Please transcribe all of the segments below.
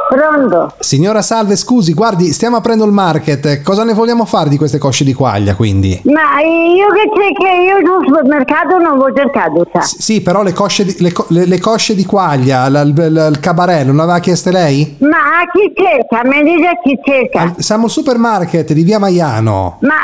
Pronto? Signora, salve, scusi, guardi, stiamo aprendo il market. Cosa ne vogliamo fare di queste cosce di quaglia, quindi? Ma io che c'è che io sul supermercato non l'ho cercato, sa? Sì, però le cosce le cosce di quaglia, il cabaret, non l'aveva chieste lei? Ma a chi cerca? Mi dice a chi cerca? Siamo al supermarket di via Maiano. Ma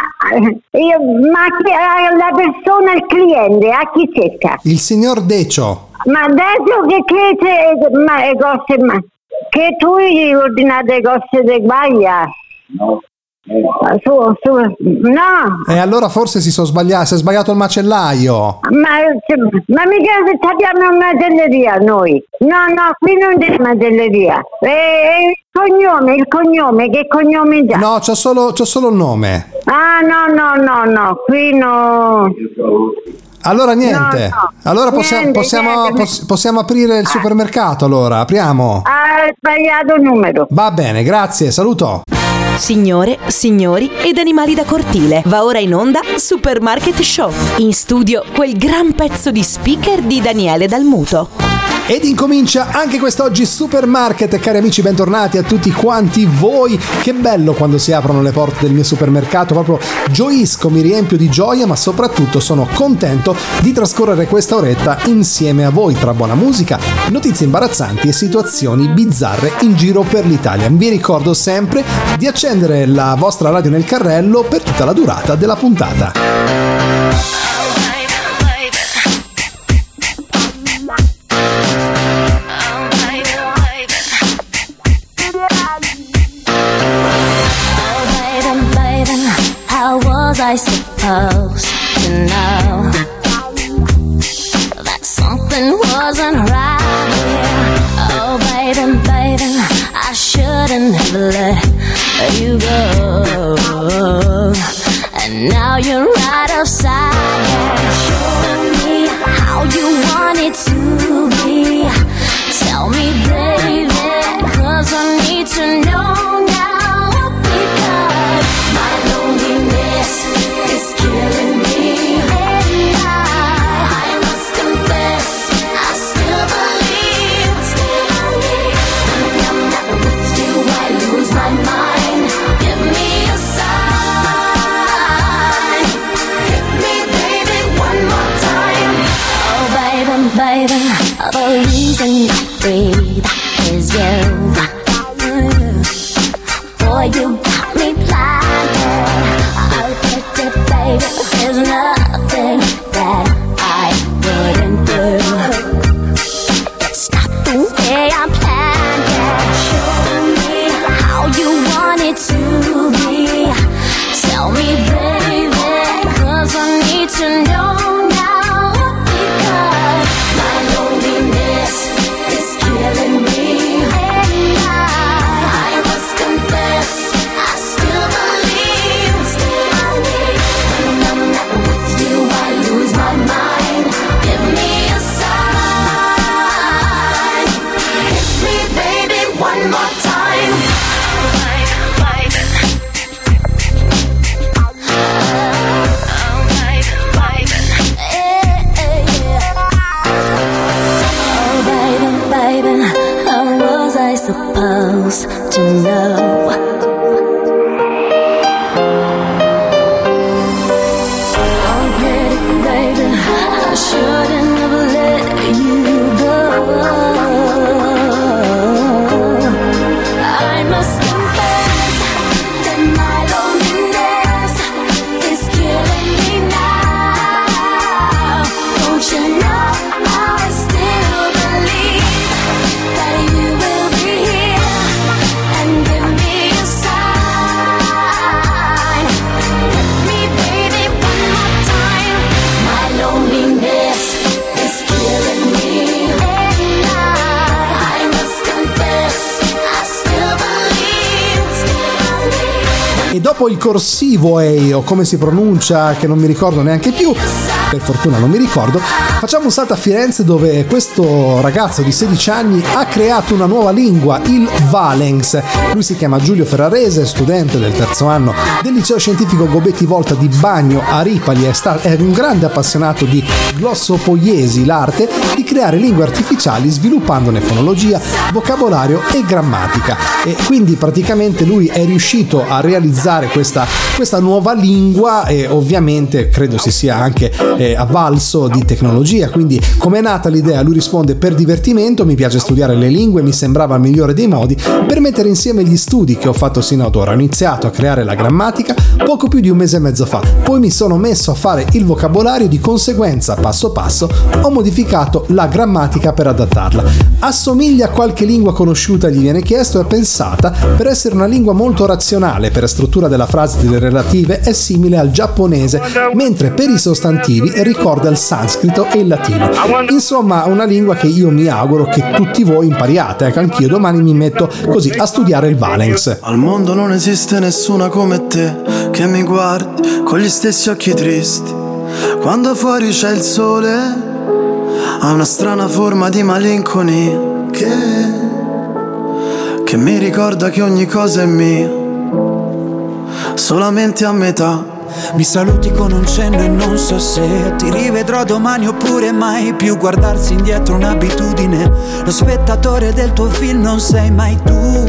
la persona, il cliente, a chi cerca? Il signor Decio. Ma adesso che c'è, ma le cose, ma che tu gli ordinate cose di guaglia? No. No. E allora forse si è sbagliato il macellaio. Ma mica se abbiamo una macelleria noi. No, qui non c'è macelleria. Il cognome, che cognome già? No, c'ho solo il nome. Ah, no, qui no. Allora niente. No. Allora possiamo aprire il supermercato, allora, apriamo. Ha sbagliato il numero. Va bene, grazie, saluto. Signore, signori ed animali da cortile, va ora in onda Supermarket Show. In studio quel gran pezzo di speaker di Daniele Dalmuto. Ed incomincia anche quest'oggi Supermarket, cari amici, bentornati a tutti quanti voi. Che bello quando si aprono le porte del mio supermercato, proprio gioisco, mi riempio di gioia, ma soprattutto sono contento di trascorrere questa oretta insieme a voi tra buona musica, notizie imbarazzanti e situazioni bizzarre in giro per l'Italia. Vi ricordo sempre di accendere la vostra radio nel carrello per tutta la durata della puntata. I supposed to know that something wasn't right here. Oh baby, I shouldn't have let you go. And now you're right upside down. Show me how you want it to be. Tell me baby, 'cause I need to know now. Because my loneliness is killing me, and I must confess, I still believe. When I'm not with you, I lose my mind. Give me a sign, hit me baby one more time. Oh baby, the reason I breathe is you. Boy, you got me blinded. Oh baby, there's nothing that I wouldn't do. It's not the way I'm planned. Show me how you want it to be. Tell me baby, 'cause I need to know now. Because my loneliness is killing me, and I must confess, I still believe. When I'm not with you, I lose my mind. Give me a sign, hit me baby one more time. Oh baby, how was I supposed to know? Oh baby, I shouldn't have let you go. I must confess that my loneliness is killing me now. Don't you know I still believe that you will be here and give me a E dopo il corsivo EI, o come si pronuncia, che non mi ricordo neanche più, per fortuna non mi ricordo, facciamo un salto a Firenze, dove questo ragazzo di 16 anni ha creato una nuova lingua, il Valens. Lui si chiama Giulio Ferrarese, studente del terzo anno del liceo scientifico Gobetti Volta di Bagno a Ripali. È un grande appassionato di glossopoiesi, l'arte di creare lingue artificiali sviluppandone fonologia, vocabolario e grammatica. E quindi praticamente lui è riuscito a realizzare questa nuova lingua, e ovviamente credo si sia anche avvalso di tecnologia. Quindi come è nata l'idea? Lui risponde: per divertimento, mi piace studiare le lingue, mi sembrava il migliore dei modi per mettere insieme gli studi che ho fatto sino ad ora. Ho iniziato a creare la grammatica poco più di un mese e mezzo fa, poi mi sono messo a fare il vocabolario, di conseguenza passo passo ho modificato la grammatica per adattarla. Assomiglia a qualche lingua conosciuta, gli viene chiesto, è pensata per essere una lingua molto razionale, per struttura della frase e delle relative è simile al giapponese, mentre per i sostantivi ricorda il sanscrito e il latino. Insomma, una lingua che io mi auguro che tutti voi impariate, che anch'io domani mi metto così a studiare il Valens. Al mondo non esiste nessuna come te, che mi guardi con gli stessi occhi tristi. Quando fuori c'è il sole, ha una strana forma di malinconia che mi ricorda che ogni cosa è mia, solamente a metà. Mi saluti con un cenno e non so se ti rivedrò domani oppure mai più. Guardarsi indietro un'abitudine, lo spettatore del tuo film non sei mai tu.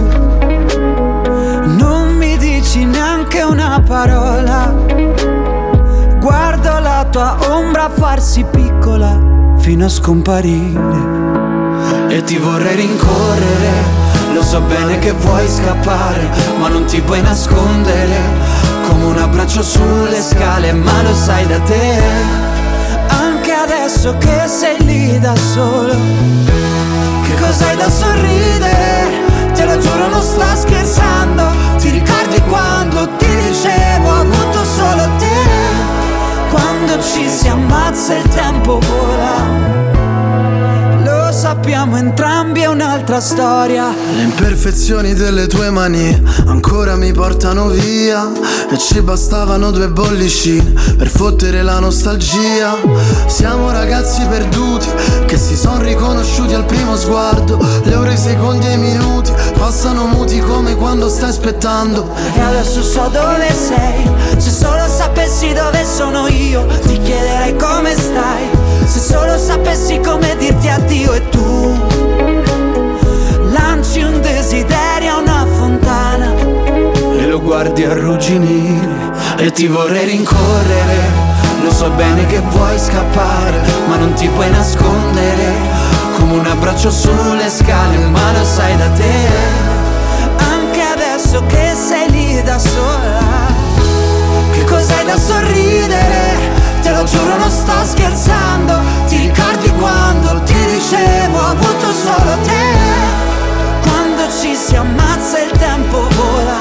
Non mi dici neanche una parola, guardo la tua ombra farsi piccola fino a scomparire. E ti vorrei rincorrere, lo so bene che vuoi scappare, ma non ti puoi nascondere, come un abbraccio sulle scale, ma lo sai da te. Anche adesso che sei lì da solo, Che cos'hai da sorridere? Te lo giuro non sto scherzando. Ti ricordi quando ti dicevo ho avuto solo te? quando ci si ammazza il tempo vola. Lo sappiamo entrambi, è un'altra storia. Le imperfezioni delle tue mani ancora mi portano via, e ci bastavano 2 bollicine per fottere la nostalgia. Siamo ragazzi perduti che si son riconosciuti al primo sguardo. Le ore, i secondi e i minuti passano muti come quando stai aspettando. E adesso so dove sei. Se solo sapessi dove sono io, ti chiederei come stai. Se solo sapessi come dirti addio, e tu lanci un desiderio a una fontana e lo guardi arrugginire. E ti vorrei rincorrere, lo so bene che vuoi scappare, ma non ti puoi nascondere, come un abbraccio sulle scale, ma lo sai da te. Anche adesso che sei lì da sola, che cos'hai da sorridere? Te lo giuro non sto scherzando. Ti ricordi quando ti dicevo ho avuto solo te? quando ci si ammazza il tempo vola.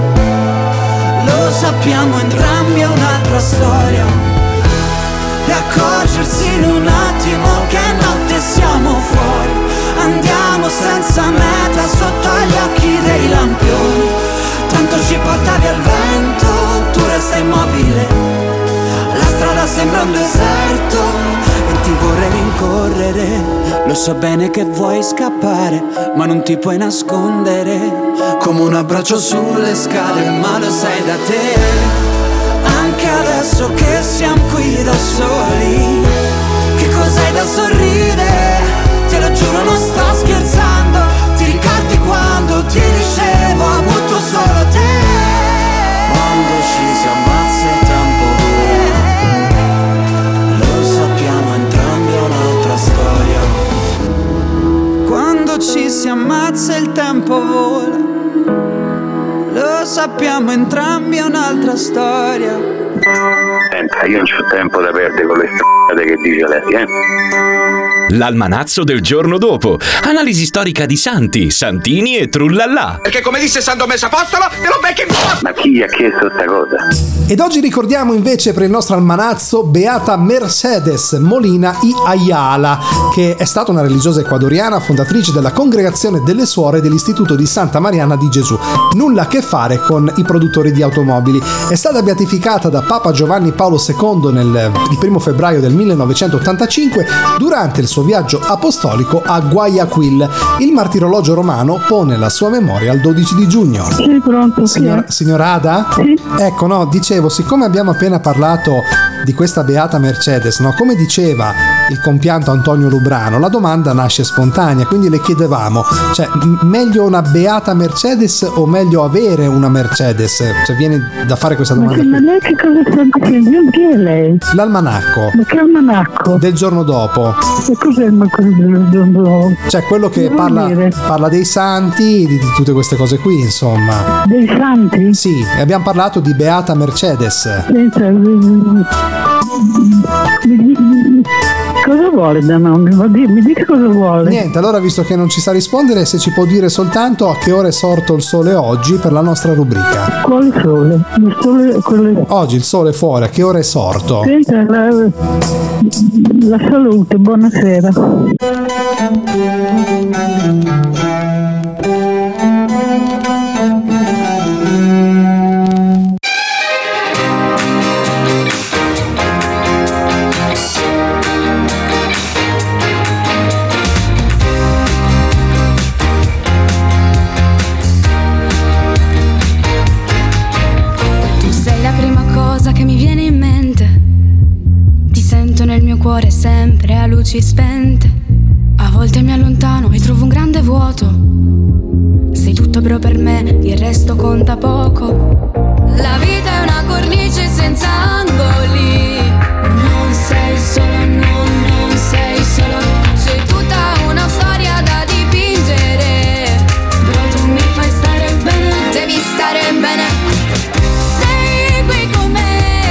Lo sappiamo entrambi, è un'altra storia. E accorgersi in un attimo che notte siamo fuori. Andiamo senza meta sotto gli occhi dei lampioni. Tanto ci porta via il vento, tu resta immobile. La strada sembra un deserto E ti vorrei rincorrere, lo so bene che vuoi scappare, ma non ti puoi nascondere, come un abbraccio sulle scale, ma lo sai da te. anche adesso che siamo qui da soli. Che cos'hai da sorridere? Te lo giuro non sto scherzando. Ti ricordi quando ti dicevo ho avuto solo te? Quando ci si ammazza il tempo vola. Lo sappiamo entrambi, è un'altra storia. Quando ci si ammazza il tempo vola. Lo sappiamo entrambi, è un'altra storia. Senta, io non c'ho tempo da perdere con le strade che dice lei, L'almanazzo del giorno dopo. Analisi storica di santi, santini e trullallà. Perché come disse San Domenico Apostolo, te lo becchi in po'! Ma chi ha chiesto sta cosa? Ed oggi ricordiamo invece per il nostro almanazzo Beata Mercedes Molina y Ayala, che è stata una religiosa ecuadoriana fondatrice della Congregazione delle Suore dell'Istituto di Santa Mariana di Gesù. Nulla a che fare con i produttori di automobili. È stata beatificata da Papa Giovanni Paolo II il 1 febbraio del 1985 durante il suo viaggio apostolico a Guayaquil. Il martirologio romano pone la sua memoria al 12 di giugno. Sì, pronto. Signora Ada? Sì. Ecco, no, dicevo, siccome abbiamo appena parlato di questa Beata Mercedes, no, come diceva il compianto Antonio Lubrano, la domanda nasce spontanea, quindi le chiedevamo, cioè, meglio una Beata Mercedes o meglio avere una Mercedes? Cioè, viene da fare questa domanda. Ma lei che cosa sta dicendo? Chi è lei? L'almanacco. Ma che almanacco? Del giorno dopo. E cos'è il del giorno dopo? Cioè, quello che parla dei santi, di tutte queste cose qui, insomma. Dei santi? Sì, e abbiamo parlato di Beata Mercedes. Cosa vuole da noi? Mi dica cosa vuole. Niente, allora visto che non ci sa rispondere, se ci può dire soltanto a che ora è sorto il sole oggi per la nostra rubrica. Quale sole? Il sole Oggi il sole fuori, a che ora è sorto? Senta, la salute, buonasera. Cuore sempre a luci spente. A volte mi allontano e trovo un grande vuoto. Sei tutto però per me, il resto conta poco. La vita è una cornice senza angoli. Non sei solo, non sei solo. Sei tutta una storia da dipingere. Però tu mi fai stare bene, devi stare bene. Sei qui con me.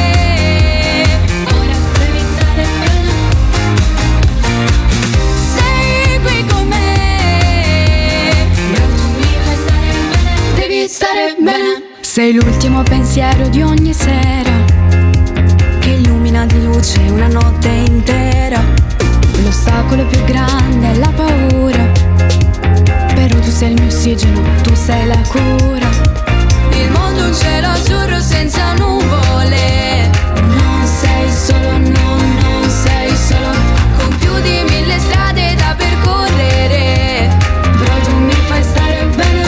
Stare bene. Sei l'ultimo pensiero di ogni sera che illumina di luce una notte intera. L'ostacolo più grande è la paura, però tu sei il mio ossigeno, tu sei la cura. Il mondo è un cielo azzurro senza nuvole. Non sei solo, non sei solo. Con più di 1000 strade da percorrere, però tu mi fai stare bene.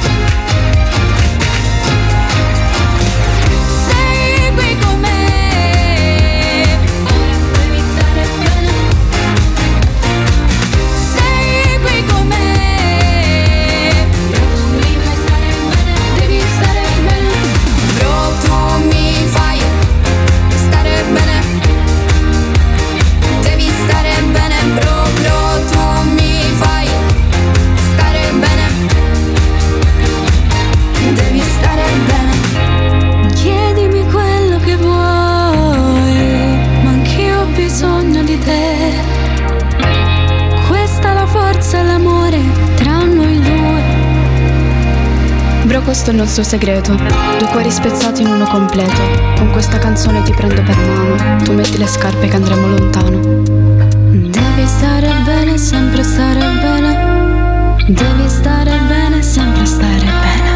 Questo è il nostro segreto, due cuori spezzati in uno completo. Con questa canzone ti prendo per mano, tu metti le scarpe che andremo lontano. Devi stare bene, sempre stare bene. Devi stare bene, sempre stare bene.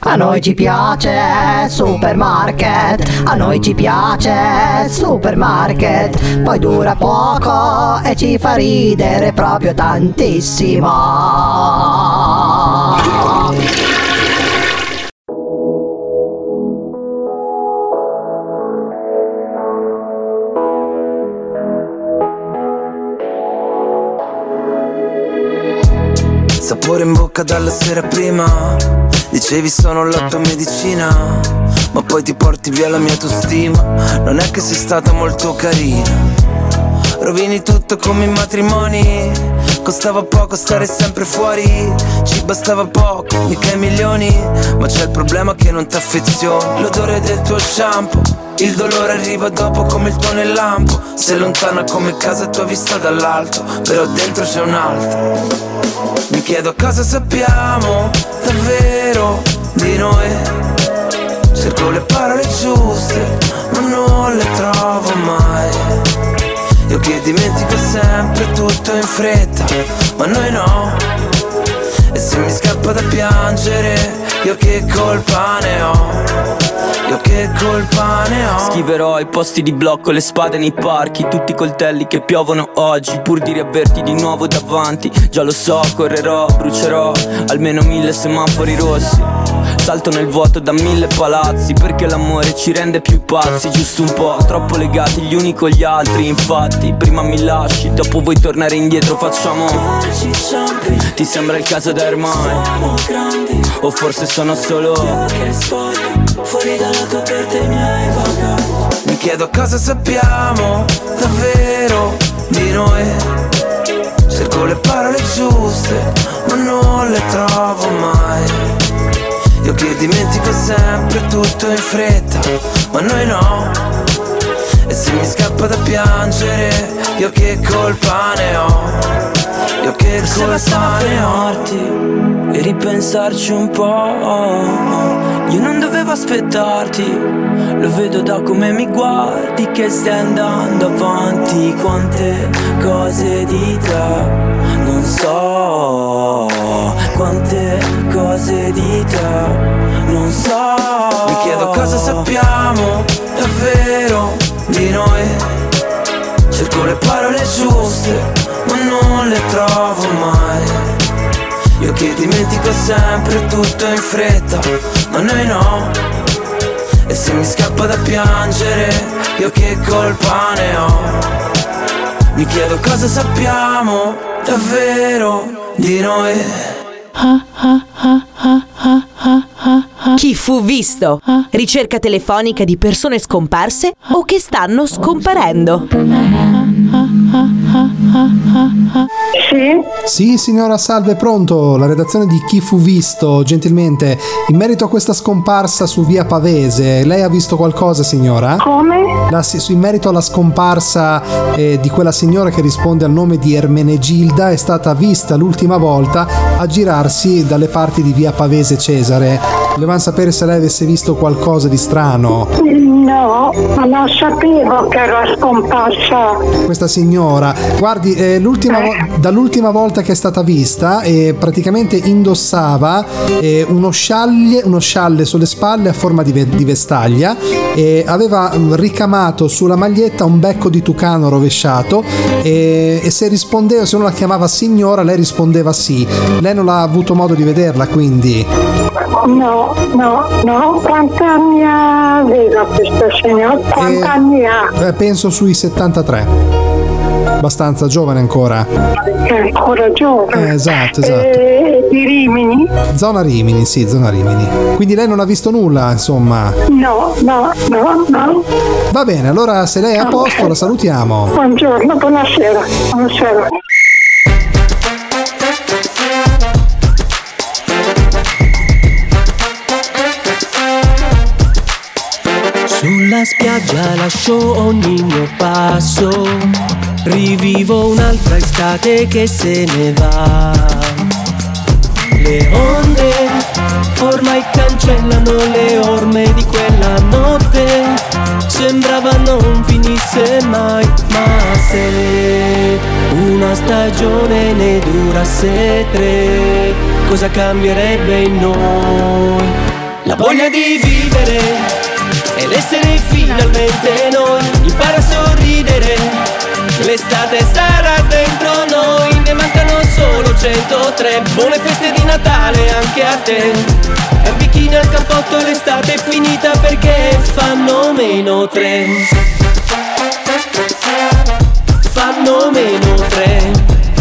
A noi ci piace Supermarket, a noi ci piace Supermarket, poi dura poco e ci fa ridere proprio tantissimo. Sapore in bocca dalla sera prima, dicevi sono la tua medicina, ma poi ti porti via la mia autostima. Non è che sei stata molto carina, rovini tutto come i matrimoni. Costava poco stare sempre fuori, ci bastava poco, mica i milioni. Ma c'è il problema che non t'affezioni. L'odore del tuo shampoo, il dolore arriva dopo come il tuo nel lampo. Sei lontana come casa tua vista dall'alto, però dentro c'è un altro. Mi chiedo cosa sappiamo davvero di noi. Cerco le parole giuste, ma non le trovo mai. Io che dimentico sempre tutto in fretta, ma noi no. E se mi scappa da piangere, io che colpa ne ho? Io che colpa ne ho? Schiverò ai posti di blocco, le spade nei parchi, tutti i coltelli che piovono oggi, pur di riaverti di nuovo davanti. Già lo so, correrò, brucerò almeno 1000 semafori rossi. Salto nel vuoto da 1000 palazzi, perché l'amore ci rende più pazzi. Giusto un po', troppo legati gli uni con gli altri. Infatti, prima mi lasci, dopo vuoi tornare indietro, facciamo. Ti sembra il caso da ormai? O forse sono solo fuori dalla tua porta i miei bagagli. Mi chiedo cosa sappiamo davvero di noi. Cerco le parole giuste, ma non le trovo mai. Io che dimentico sempre tutto in fretta, ma noi no. E se mi scappa da piangere, io che colpa ne ho? Io che forse colpa ne ho? E ripensarci un po'. Io non dovevo aspettarti, lo vedo da come mi guardi che stai andando avanti. Quante cose di te non so, quante cose di te non so. Mi chiedo cosa sappiamo davvero di noi. Cerco le parole giuste, ma non le trovo mai. Io che dimentico sempre tutto in fretta, ma noi no. E se mi scappa da piangere, io che colpa ne ho? Mi chiedo cosa sappiamo davvero di noi. Chi fu visto? Ricerca telefonica di persone scomparse o che stanno scomparendo. Sì? Sì, signora, salve, pronto? La redazione di Chi fu visto, gentilmente. In merito a questa scomparsa su via Pavese, lei ha visto qualcosa, signora? Come? In merito alla scomparsa di quella signora che risponde al nome di Ermenegilda, è stata vista l'ultima volta a girarsi dalle parti di via Pavese Cesare. Volevamo sapere se lei avesse visto qualcosa di strano. No, ma non sapevo che era scomparsa. Questa signora, guardi, dall'ultima volta che è stata vista, praticamente indossava uno scialle sulle spalle a forma di vestaglia e aveva ricamato sulla maglietta un becco di tucano rovesciato e se rispondeva, se uno la chiamava signora, lei rispondeva sì. Lei non ha avuto modo di vederla, quindi? No. Quanti anni aveva questa signora? Quanti anni ha? Penso sui 73. Abbastanza giovane ancora. È ancora giovane. Esatto. Di Rimini? Zona Rimini, sì, zona Rimini. Quindi lei non ha visto nulla, insomma? No. Va bene, allora se lei è a posto la salutiamo. Buongiorno, buonasera. Sulla spiaggia lascio ogni mio passo, rivivo un'altra estate che se ne va. Le onde ormai cancellano le orme di quella notte, sembrava non finisse mai, ma se una stagione ne durasse 3, cosa cambierebbe in noi? voglia di vivere ed essere finalmente noi. Impara a sorridere, l'estate sarà dentro noi. Ne mancano solo 103. Buone feste di Natale anche a te. E bikini al cappotto, l'estate è finita perché fanno -3. Fanno -3.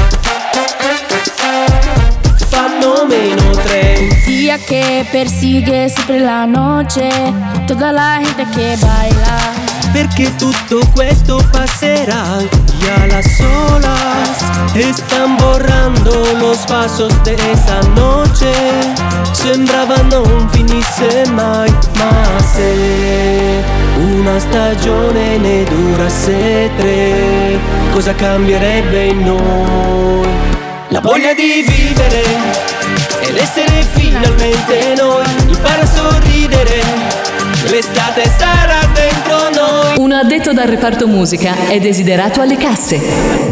Fanno -3. Día que persigue siempre la noche, toda la gente que baila. Perché tutto questo passerà y a las olas están borrando los pasos de esa noche. Sembrava non finisse mai, ma se una stagione ne durasse 3, cosa cambierebbe in noi? La voglia di vivere ed essere finalmente noi. Impara a sorridere, l'estate sarà dentro noi. Un addetto dal reparto musica è desiderato alle casse.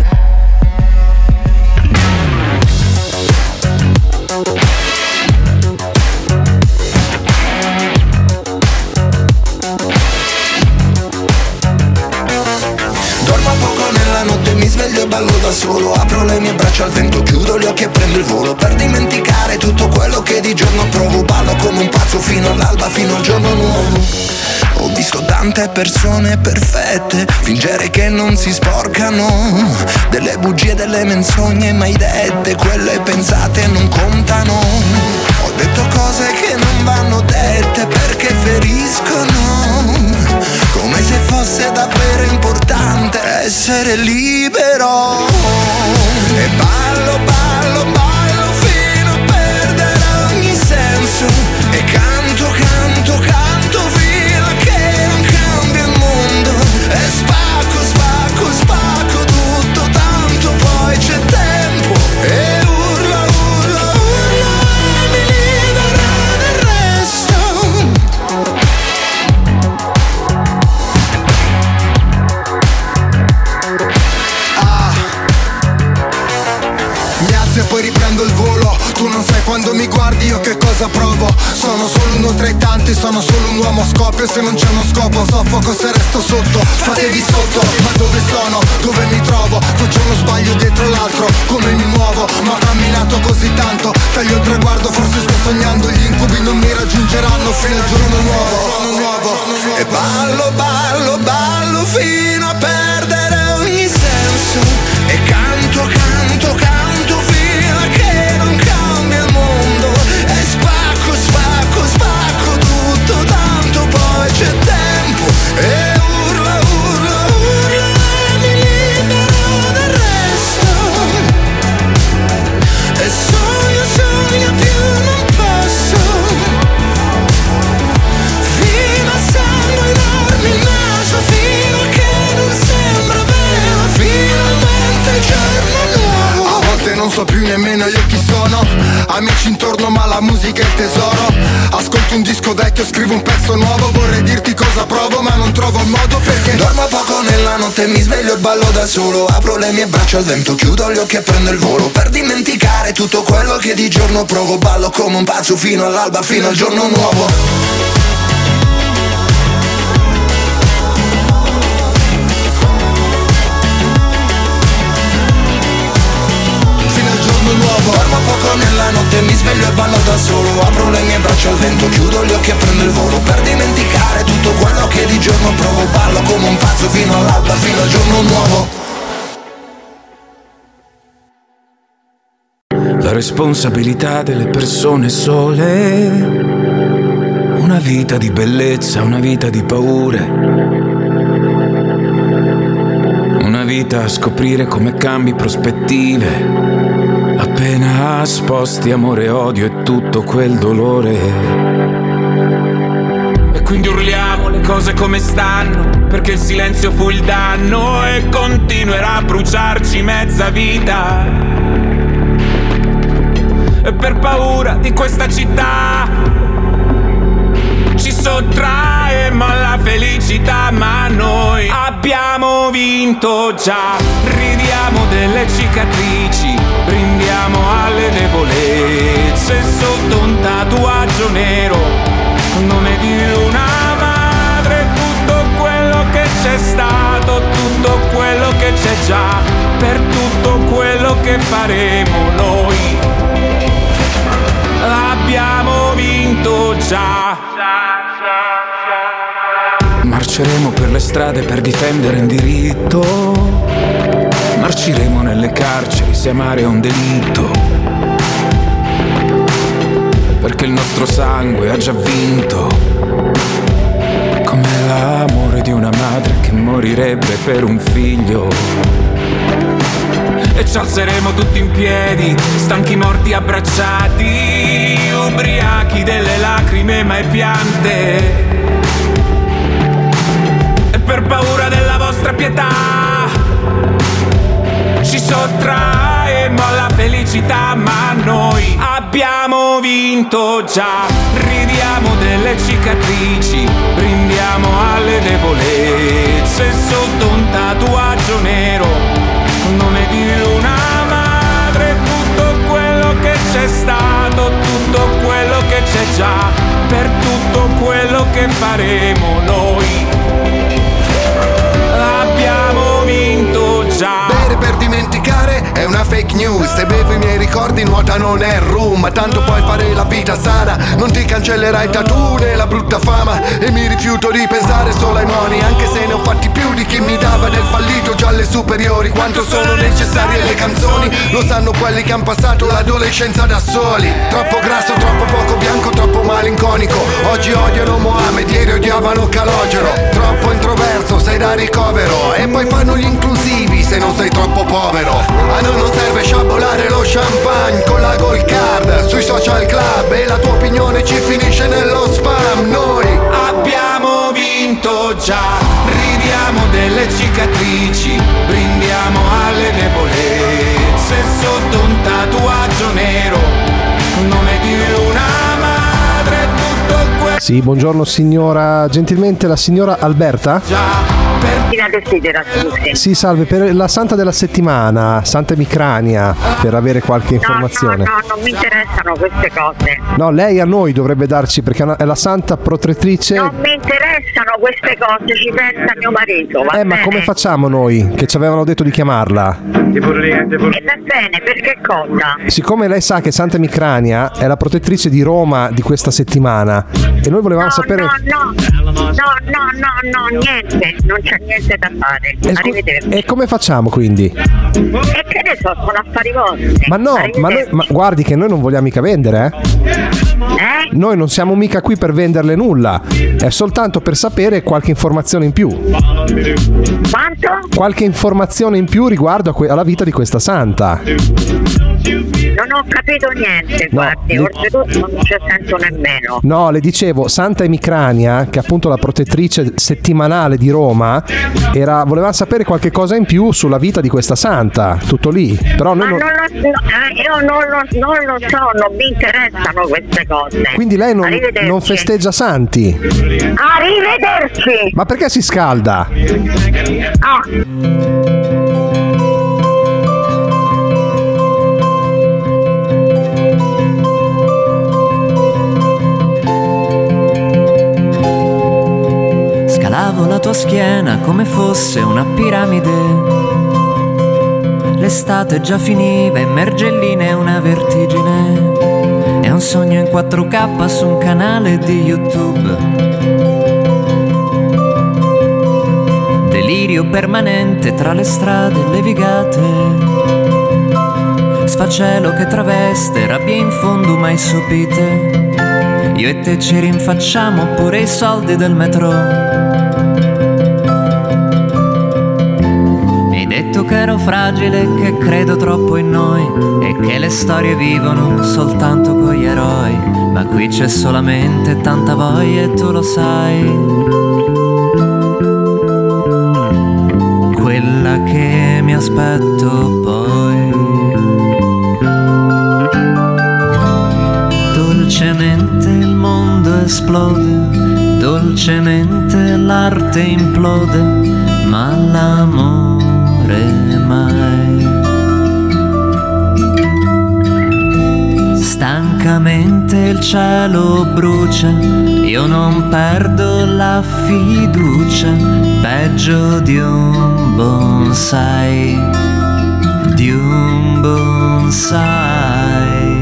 Mi sveglio e ballo da solo, apro le mie braccia al vento, chiudo gli occhi e prendo il volo per dimenticare tutto quello che di giorno provo. Ballo come un pazzo fino all'alba, fino al giorno nuovo. Ho visto tante persone perfette fingere che non si sporcano, delle bugie, delle menzogne mai dette, quelle pensate non contano. Ho detto cose che non vanno dette perché feriscono, come se fosse davvero importante essere libero. E ballo, ballo, ballo fino a perdere ogni senso. E canto, canto, canto fino a che non cambia il mondo. E spacco, spacco, spacco tutto, tanto poi c'è tempo. E urla, urla, urla, mi libera del resto. E poi riprendo il volo. Tu non sai quando mi guardi io che cosa provo. Sono solo uno tra i tanti, sono solo un uomo a scoppio. Se non c'è uno scopo soffoco se resto sotto. Fatevi sotto, ma dove sono? Dove mi trovo? Faccio uno sbaglio dietro l'altro, come mi muovo? Ma ho camminato così tanto, taglio il traguardo, forse sto sognando. Gli incubi non mi raggiungeranno fino al giorno nuovo. E ballo, ballo, ballo fino a perdere ogni senso. E canto, canto, canto fino a che non cambia il mondo. E spacco, spacco, spacco tutto, tanto poi c'è tempo. E urla, urla, urla, mi libero del resto. E sogno, sogno più non posso, fino a sangue darmi il naso, fino a che non sembra vero, finalmente il giorno nuovo. A volte non so più nemmeno io chi sono, amici intorno ma la musica è il tesoro. Ascolto un disco vecchio, scrivo un pezzo nuovo, vorrei dirti cosa provo ma non trovo il modo perché dormo poco nella notte, mi sveglio e ballo da solo. Apro le mie braccia al vento, chiudo gli occhi e prendo il volo per dimenticare tutto quello che di giorno provo. Ballo come un pazzo fino all'alba, fino al giorno nuovo. Dormo poco nella notte, mi sveglio e ballo da solo. Apro le mie braccia al vento, chiudo gli occhi e prendo il volo per dimenticare tutto quello che di giorno provo. Ballo come un pazzo fino all'alba, fino al giorno nuovo. La responsabilità delle persone sole, una vita di bellezza, una vita di paure, una vita a scoprire come cambi prospettive. Appena sposti amore, odio e tutto quel dolore. E quindi urliamo le cose come stanno, perché il silenzio fu il danno e continuerà a bruciarci mezza vita. E per paura di questa città ci sottraemo alla felicità, ma noi abbiamo vinto già. Ridiamo delle cicatrici, brindiamo alle debolezze sotto un tatuaggio nero. c'è già, per tutto quello che faremo noi. Abbiamo vinto già. Marceremo per le strade per difendere un diritto. Marciremo nelle carceri se amare è un delitto. Perché il nostro sangue ha già vinto. Come l'amore di una madre che morirebbe per un figlio. E ci alzeremo tutti in piedi, stanchi morti abbracciati, ubriachi delle lacrime mai piante. E per paura della vostra pietà ci sottraemo alla felicità, ma noi abbiamo vinto già. Ridiamo delle cicatrici, brindiamo alle debolezze sotto un tatuaggio nero. Nome di una madre, tutto quello che c'è stato, tutto quello che c'è già, per tutto quello che faremo noi. Abbiamo vinto già. Bere per dimenticare è una fake news. Se bevo i miei ricordi nuota non è rum. Ma tanto puoi fare la vita sana, non ti cancellerai tattoo né la brutta fama. E mi rifiuto di pensare solo ai moni, anche se ne ho fatti più di chi mi dava del fallito già alle superiori. Quanto sono necessarie le canzoni lo sanno quelli che han passato l'adolescenza da soli. Troppo grasso, troppo poco bianco, troppo malinconico. Oggi odiano Mohammed, ieri odiavano Calogero. Troppo introverso, sei da ricovero. E poi fanno gli inclusivi se non sei troppo povero. A noi non serve sciabolare lo champagne con la gold card sui social club, e la tua opinione ci finisce nello spam. Noi abbiamo vinto già. Ridiamo delle cicatrici, brindiamo alle debolezze sotto un tatuaggio nero. Nome di una madre, tutto quello. Sì, buongiorno signora, gentilmente la signora Alberta? Già. Sì, salve, per la santa della settimana, Santa Emicrania, per avere qualche informazione. No, non mi interessano queste cose. No, lei a noi dovrebbe darci, perché è la santa protettrice. Non mi interessano queste cose, ci pensa mio marito, va ma bene? come facciamo noi, che ci avevano detto di chiamarla? Va bene, per che cosa? Siccome lei sa che Santa Emicrania è la protettrice di Roma di questa settimana, e noi volevamo sapere... No, niente, non c'è niente da fare. Arrivederci. E come facciamo quindi? E che ne so, sono affari vostri. Ma no, ma guardi che noi non vogliamo mica vendere, Noi non siamo mica qui per venderle nulla, è soltanto per sapere qualche informazione in più. Quanto? Qualche informazione in più riguardo alla vita di questa santa. Non ho capito niente, guardi, oltretutto non c'è senso nemmeno. No, le dicevo, Santa Emicrania, che è appunto la protettrice settimanale di Roma, voleva sapere qualche cosa in più sulla vita di questa santa, tutto lì. Però noi io non lo so, non mi interessano queste cose. Quindi lei non festeggia santi? Arrivederci! Ma perché si scalda? Scalavo la tua schiena come fosse una piramide. L'estate già finiva in mergelline, una vertigine. È un sogno in 4K su un canale di YouTube. Delirio permanente tra le strade levigate. Sfacelo che traveste rabbie in fondo mai sopite. Io e te ci rinfacciamo pure i soldi del metro. Mi hai detto che ero fragile, che credo troppo in noi e che le storie vivono soltanto con gli eroi. Ma qui c'è solamente tanta voglia e tu lo sai. Quella che mi aspetto poi. Dolcemente il mondo esplode, dolcemente l'arte implode, ma l'amore mai. Stanca Stancamente il cielo brucia, io non perdo la fiducia, peggio di un bonsai, di un bonsai.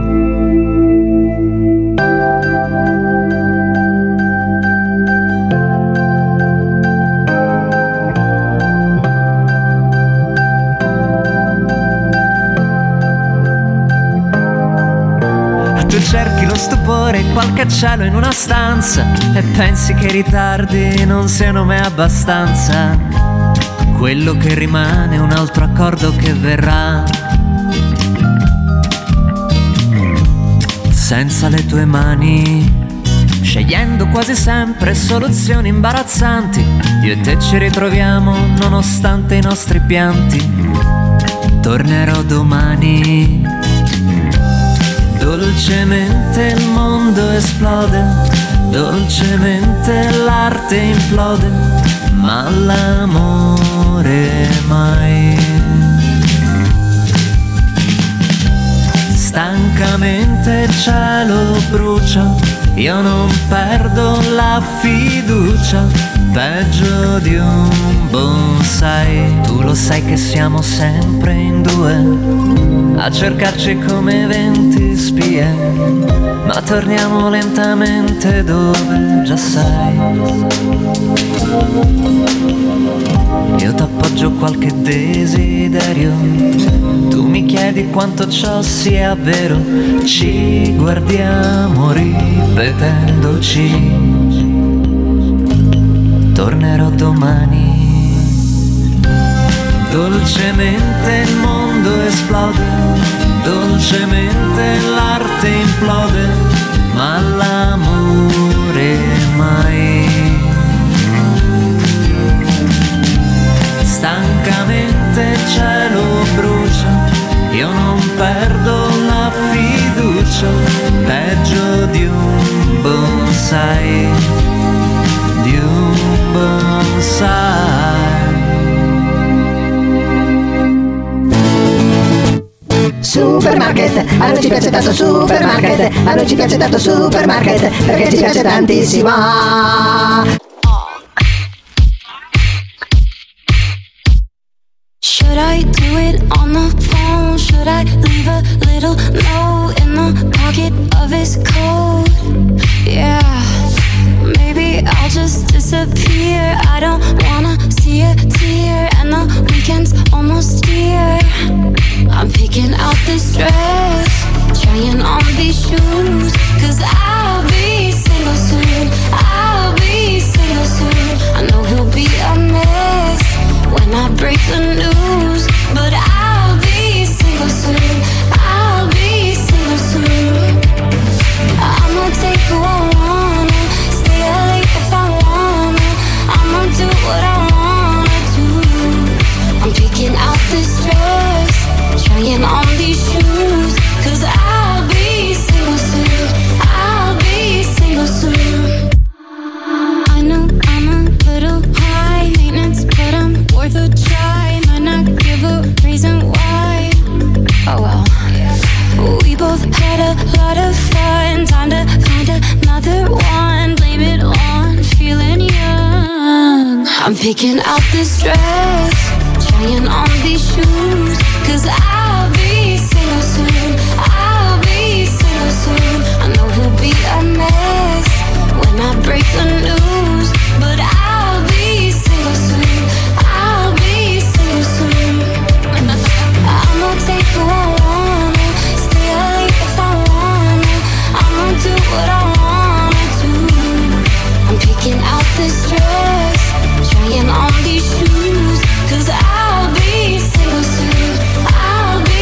Tu cerchi lo stupore e qualche cielo in una stanza e pensi che i ritardi non siano mai abbastanza. Quello che rimane è un altro accordo che verrà. Senza le tue mani, scegliendo quasi sempre soluzioni imbarazzanti, io e te ci ritroviamo nonostante i nostri pianti. Tornerò domani. Dolcemente il mondo esplode, dolcemente l'arte implode, ma l'amore mai. Stancamente il cielo brucia, io non perdo la fiducia, peggio di un bonsai. Tu lo sai che siamo sempre in due a cercarci come 20 spie, ma torniamo lentamente dove già sai. Io t'appoggio qualche desiderio, tu mi chiedi quanto ciò sia vero, ci guardiamo ripetendoci. Tornerò domani. Dolcemente il mondo esplode, dolcemente l'arte implode, ma l'amore mai. Stancamente il cielo brucia, io non perdo la fiducia, peggio di un bonsai, di un bonsai. Supermarket, a noi ci piace tanto Supermarket, a noi ci piace tanto Supermarket, perché ci piace tantissimo. Should I do it on the phone? Should I leave a little note in the pocket of his coat? Yeah, maybe I'll just disappear. I don't wanna see a tear, and the weekend's almost here. I'm picking out this dress, trying on these shoes, 'cause I'll be single soon, I'll be single soon. I know he'll be a mess when I break the news, but I'll be single soon, I'll be single soon. I'ma take who I wanna, stay out late if I wanna, I'ma do what I wanna do. I'm picking out this dress, trying on these shoes, 'cause I'll be single soon, I'll be single soon. I know I'm a little high maintenance, but I'm worth a try. Might not give a reason why. Oh well. We both had a lot of fun. Time to find another one. Blame it on feeling young. I'm picking out this dress, trying on these shoes, 'cause I'll be single soon, I'll be single soon. I know he'll be a mess when I break the news, but I'll be single soon, I'll be single soon. I'ma take who I wanna, stay out late if I wanna, I'ma do what I wanna do. I'm picking out this dress, trying on these shoes, 'cause I'll be single soon, I'll be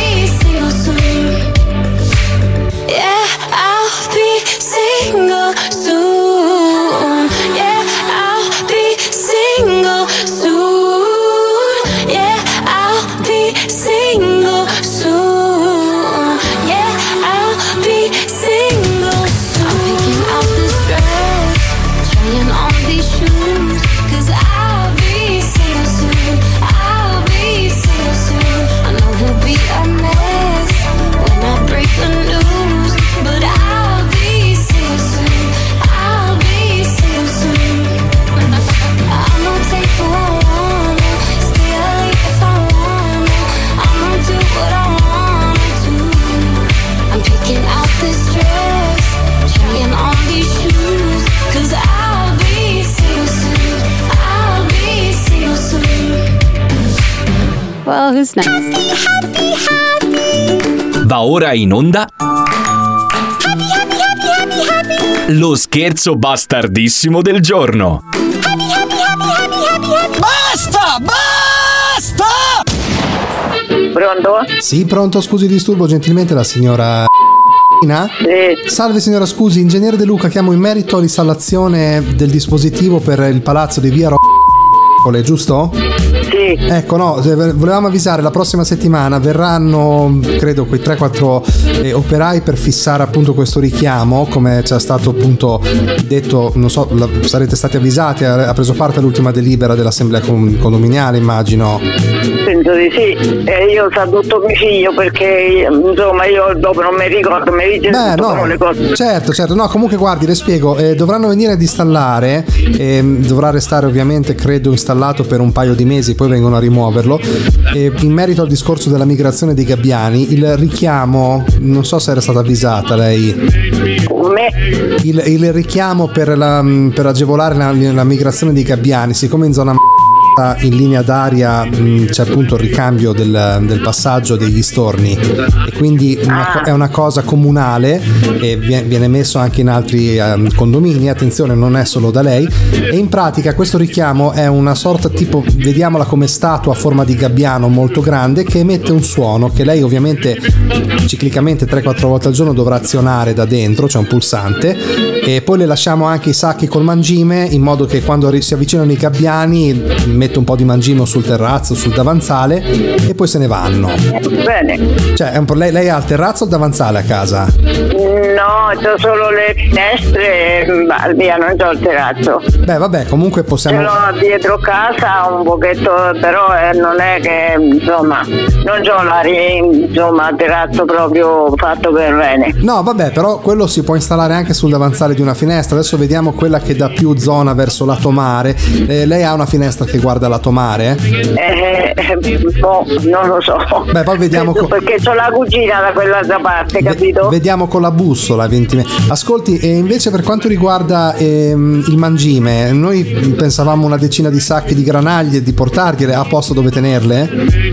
Oh, who's next? Va ora in onda lo scherzo bastardissimo del giorno. Basta! Basta! Pronto? Sì, pronto, scusi il disturbo, gentilmente la signora Sì. Salve signora, scusi, ingegnere De Luca, chiamo in merito all'installazione del dispositivo per il palazzo di Via giusto? Sì. Ecco, no, volevamo avvisare, la prossima settimana verranno, credo, quei 3-4 operai per fissare appunto questo richiamo, come c'è stato appunto detto, non so, sarete stati avvisati, ha preso parte all'ultima delibera dell'assemblea condominiale, immagino. Penso di sì, e io saluto mio figlio perché insomma io dopo non mi ricordo, mi dice le cose. Certo, no, comunque guardi, le spiego, dovranno venire ad installare, dovrà restare ovviamente, credo, installato per un paio di mesi, poi vengono a rimuoverlo. In merito al discorso della migrazione dei gabbiani, il richiamo, non so se era stata avvisata lei. Come? Il richiamo per agevolare la migrazione dei gabbiani, siccome in zona in linea d'aria c'è appunto il ricambio del passaggio degli storni e quindi è una cosa comunale e viene messo anche in altri condomini, attenzione, non è solo da lei, e in pratica questo richiamo è una sorta, tipo, vediamola come statua a forma di gabbiano molto grande che emette un suono che lei ovviamente ciclicamente 3-4 volte al giorno dovrà azionare da dentro, c'è un pulsante, e poi le lasciamo anche i sacchi col mangime in modo che quando si avvicinano i gabbiani mette un po' di mangime sul terrazzo, sul davanzale e poi se ne vanno. Bene. Cioè, lei ha il terrazzo o il davanzale a casa? No, c'ho solo le finestre, via, non c'ho il terrazzo. Beh, vabbè, comunque possiamo... Ce l'ho dietro casa un pochetto, però non è che, insomma, non c'ho il terrazzo proprio fatto per bene. No, vabbè, però quello si può installare anche sul davanzale di una finestra. Adesso vediamo quella che dà più zona verso lato mare. Lei ha una finestra che guarda lato mare? No, non lo so. Beh, poi vediamo perché c'ho la cucina da quell'altra parte, capito? Vediamo con la bussola 20 metri. Ascolti, e invece per quanto riguarda il mangime, noi pensavamo una decina di sacchi di granaglie di portargliele a posto dove tenerle?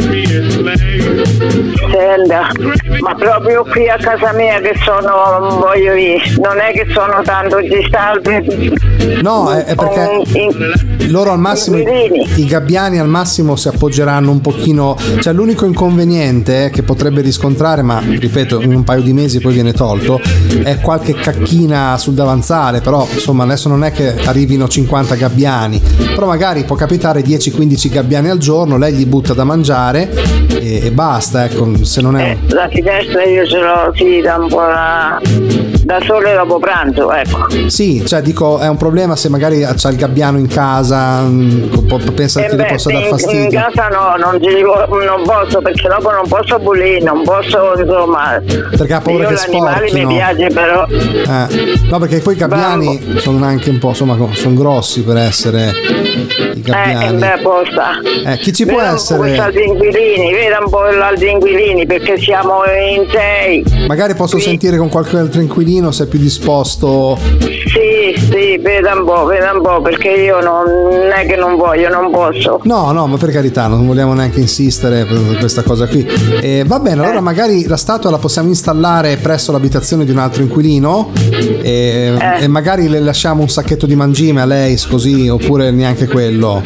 Senta, ma proprio qui a casa mia che sono, voglio dire, non è che sono tanto distanti. No, è perché loro al massimo, i gabbiani al massimo si appoggeranno un pochino, cioè l'unico inconveniente che potrebbe riscontrare, ma ripeto in un paio di mesi poi viene tolto, è qualche cacchina sul davanzale, però insomma adesso non è che arrivino 50 gabbiani, però magari può capitare 10-15 gabbiani al giorno, lei gli butta da mangiare e basta, ecco, se non è... La finestra io ce l'ho, sì, da un po' da sole dopo pranzo, ecco. Sì, cioè dico, è un problema se magari c'ha il gabbiano in casa, pensa che le possa dar fastidio. In casa no, non posso, perché dopo non posso pulire, non posso, insomma, perché ha paura che sporchino. L'animale mi piace, però no, perché poi i gabbiani sono anche un po', insomma, sono grossi per essere i gabbiani. Posta. Chi ci può essere? Veda un po' gli inquilini, perché siamo in 6. Magari posso sentire con qualche altro inquilino se è più disposto. Sì, veda un po', perché io non è che non voglio, non posso. No, ma per carità, non vogliamo neanche insistere per questa cosa qui. Va bene, allora magari la statua la possiamo installare presso l'abitazione di un altro inquilino e magari le lasciamo un sacchetto di mangime a lei, così, oppure neanche quello.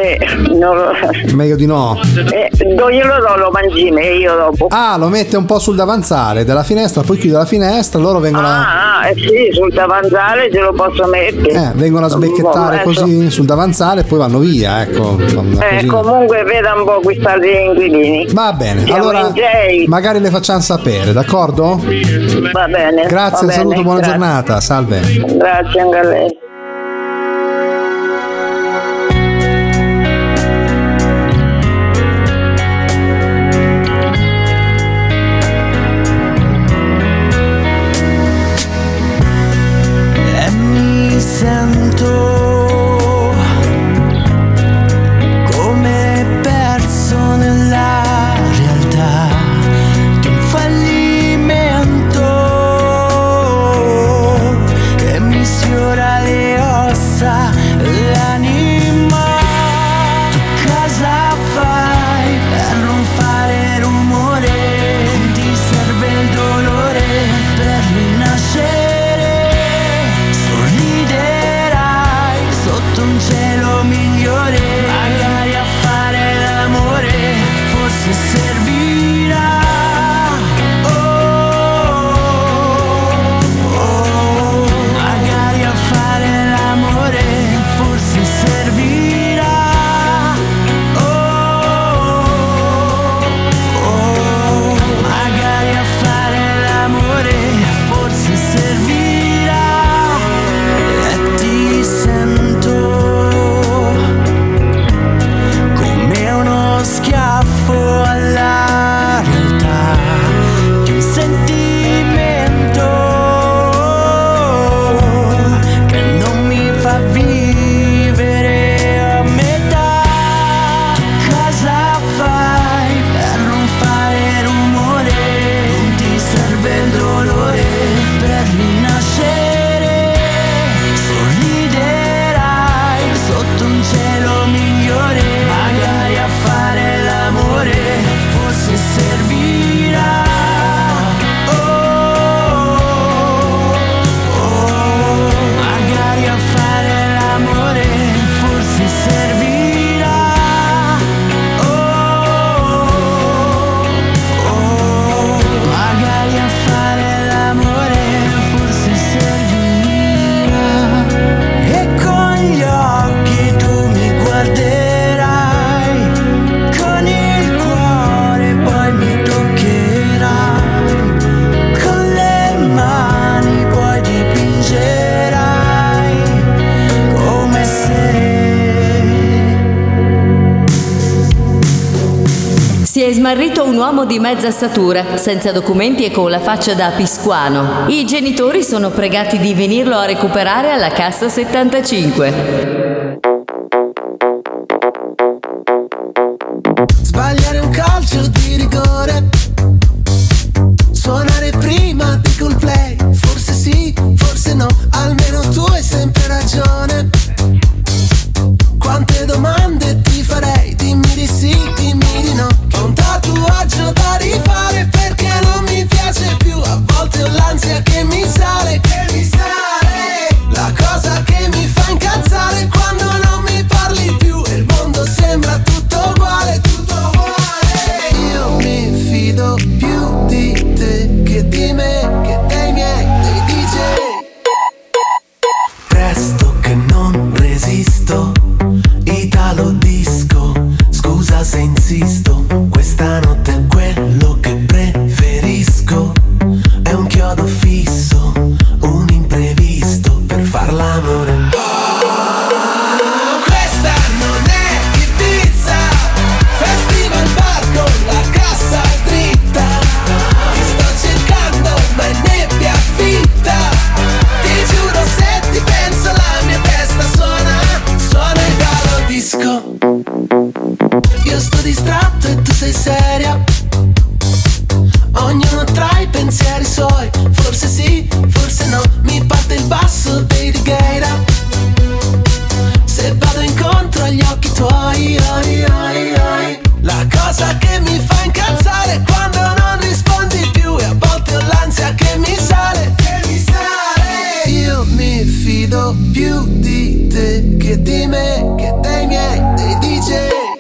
Meglio di no. Glielo do lo mangime io dopo. Lo mette un po' sul davanzale della finestra, poi chiude la finestra, loro vengono sì, sul davanzale ce lo posso mettere. Vengono a sbecchettare così sul davanzale e poi vanno via, ecco. Comunque veda un po' questi inquilini. Va bene, siamo allora magari le facciamo sapere, d'accordo? Va bene. Grazie, un saluto, buona giornata, salve. Grazie anche a lei. l'anima. Tu cosa fai per non smarrito un uomo di mezza statura, senza documenti e con la faccia da piscuano. I genitori sono pregati di venirlo a recuperare alla cassa 75. Sbagliare un calcio di rigore, suonare prima di Coldplay, forse sì, forse no, almeno tu hai sempre ragione. Quante domande ti farei, dimmi di sì, dimmi di no. Ho un tatuaggio da rifare perché non mi piace più, a volte ho l'ansia che mi sale, la cosa che mi fa incazzare quando non mi parli più e il mondo sembra tutto uguale, tutto uguale. Io mi fido più di te che di me, che dei miei, dei DJ. Presto che non resisto, Italo disco, scusa se insisto, questa notte è quello che preferisco, è un chiodo fisso, un imprevisto per far l'amore. Questa non è Ibiza, festival bar con la cassa dritta, ti sto cercando ma è nebbia fitta, ti giuro se ti penso la mia testa suona Italo disco. Io sto distratto e tu sei seria, ognuno tra i pensieri suoi, forse sì, forse no, mi parte il basso dei Righeira, se vado incontro agli occhi tuoi, la cosa che mi fa incazzare è quando non rispondi più e a volte ho l'ansia che mi sale, io mi fido più di te che di me, che dei miei, dei DJ.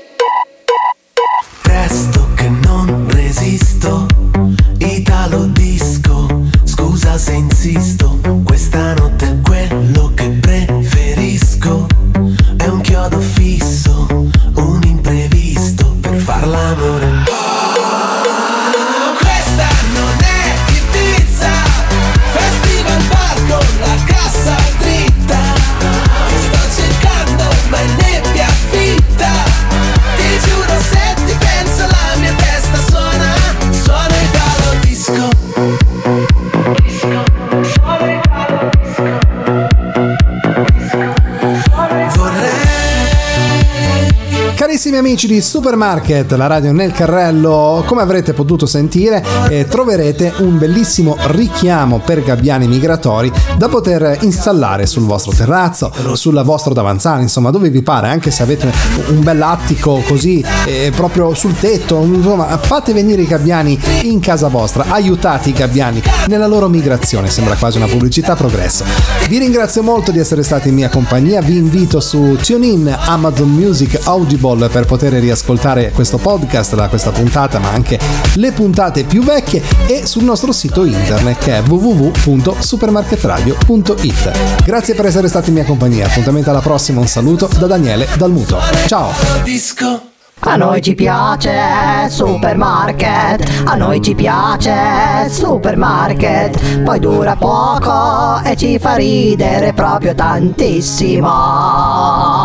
Presto che non resisto, Italo disco, scusa se insisto, questa notte è quello che preferisco, è un chiodo fisso, un imprevisto per far l'amore. Questa non è Ibiza, festival bar con la cassa dritta, ti sto cercando ma è nebbia fitta, ti giuro se ti penso la mia testa suona Italo disco. Carissimi amici di Supermarket, la radio nel carrello, come avrete potuto sentire, troverete un bellissimo richiamo per gabbiani migratori da poter installare sul vostro terrazzo, sul vostro davanzale, insomma dove vi pare, anche se avete un bell'attico così proprio sul tetto, insomma fate venire i gabbiani in casa vostra, aiutate i gabbiani nella loro migrazione, sembra quasi una pubblicità progresso. Vi ringrazio molto di essere stati in mia compagnia, vi invito su TuneIn, Amazon Music, Audible per poter riascoltare questo podcast da questa puntata ma anche le puntate più vecchie e sul nostro sito internet che è www.supermarketradio.it. Grazie per essere stati in mia compagnia, appuntamento alla prossima, un saluto da Daniele Dal Muto, ciao. A noi ci piace Supermarket, a noi ci piace Supermarket, poi dura poco e ci fa ridere proprio tantissimo.